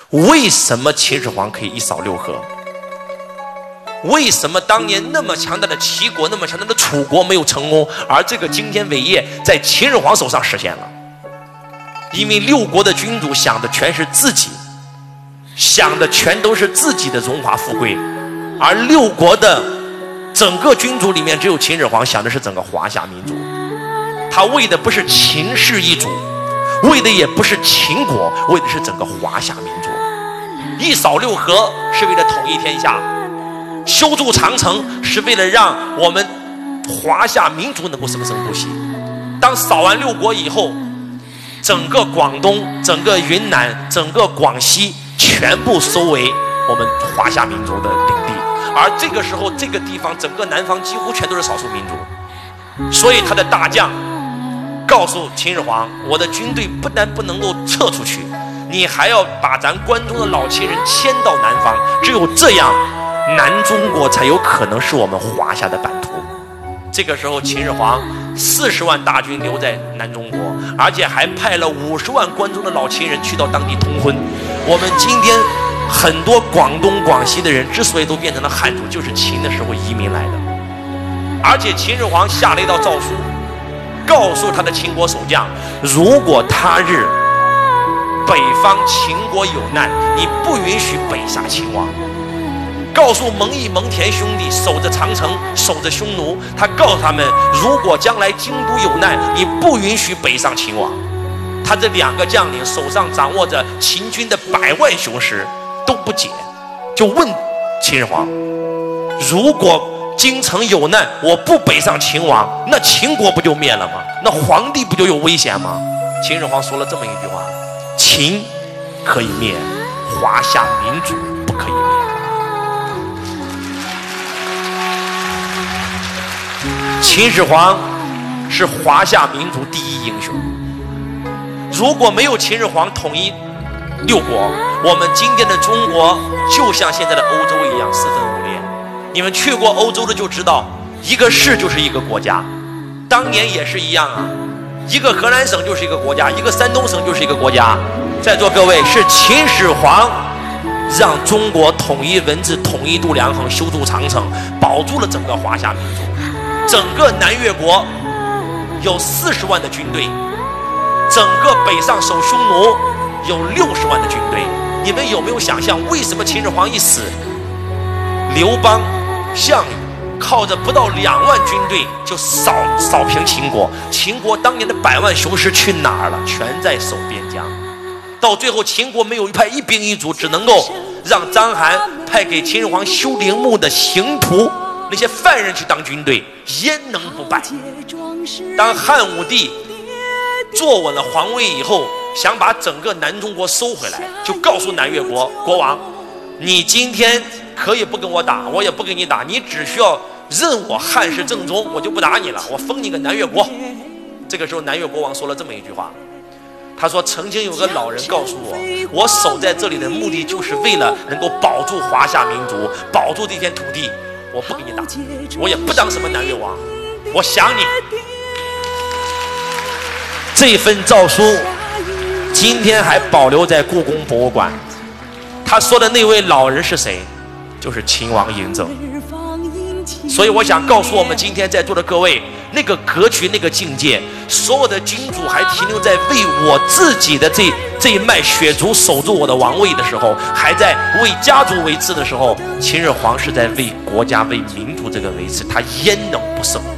为什么秦始皇可以一扫六合？为什么当年那么强大的齐国、那么强大的楚国没有成功，而这个惊天伟业在秦始皇手上实现了？因为六国的君主想的全是自己，想的全都是自己的荣华富贵，而六国的整个君主里面，只有秦始皇想的是整个华夏民族。他为的不是秦氏一族，为的也不是秦国，为的是整个华夏民族。一扫六合是为了统一天下，修筑长城是为了让我们华夏民族能够生生不息。当扫完六国以后，整个广东、整个云南、整个广西全部收为我们华夏民族的领地。而这个时候，这个地方整个南方几乎全都是少数民族，所以他的大将告诉秦始皇，我的军队不但不能够撤出去，你还要把咱关中的老秦人迁到南方，只有这样，南中国才有可能是我们华夏的版图。这个时候，秦始皇40万大军留在南中国，而且还派了50万关中的老秦人去到当地通婚。我们今天很多广东、广西的人之所以都变成了汉族，就是秦的时候移民来的。而且秦始皇下了一道诏书，告诉他的秦国守将，如果他日北方秦国有难，你不允许北下秦王。告诉蒙毅、蒙恬兄弟守着长城，守着匈奴，他告诉他们，如果将来京都有难，你不允许北上秦王。他这2个将领手上掌握着秦军的100万雄师，都不解，就问秦始皇，如果京城有难，我不北上秦王，那秦国不就灭了吗？那皇帝不就有危险吗？秦始皇说了这么一句话，秦可以灭，华夏民族不可以灭。秦始皇是华夏民族第一英雄。如果没有秦始皇统一六国，我们今天的中国就像现在的欧洲一样四分五裂。你们去过欧洲的就知道，一个市就是一个国家，当年也是一样啊，一个河南省就是一个国家，一个山东省就是一个国家。在座各位，是秦始皇让中国统一文字、统一度量衡、修筑长城，保住了整个华夏民族。整个南越国有40万的军队，整个北上守匈奴有60万的军队。你们有没有想象，为什么秦始皇一死，刘邦、项羽靠着不到2万军队就扫平秦国？秦国当年的100万雄师去哪儿了？全在守边疆。到最后，秦国没有派一兵一卒，只能够让章邯派给秦始皇修陵墓的刑徒，那些犯人去当军队，焉能不败？当汉武帝坐稳了皇位以后，想把整个南中国收回来，就告诉南越国国王，你今天可以不跟我打，我也不跟你打，你只需要认我汉室正宗，我就不打你了，我封你个南越国。这个时候南越国王说了这么一句话，他说，曾经有个老人告诉我，我守在这里的目的就是为了能够保住华夏民族，保住这片土地，我不跟你打，我也不当什么南越王，我想你。这份诏书今天还保留在故宫博物馆。他说的那位老人是谁？就是秦王嬴政。所以我想告诉我们今天在座的各位，那个格局、那个境界，所有的君主还停留在为我自己的这一脉血族守住我的王位的时候，还在为家族维持的时候，秦始皇是在为国家、为民族这个维持，他焉能不胜？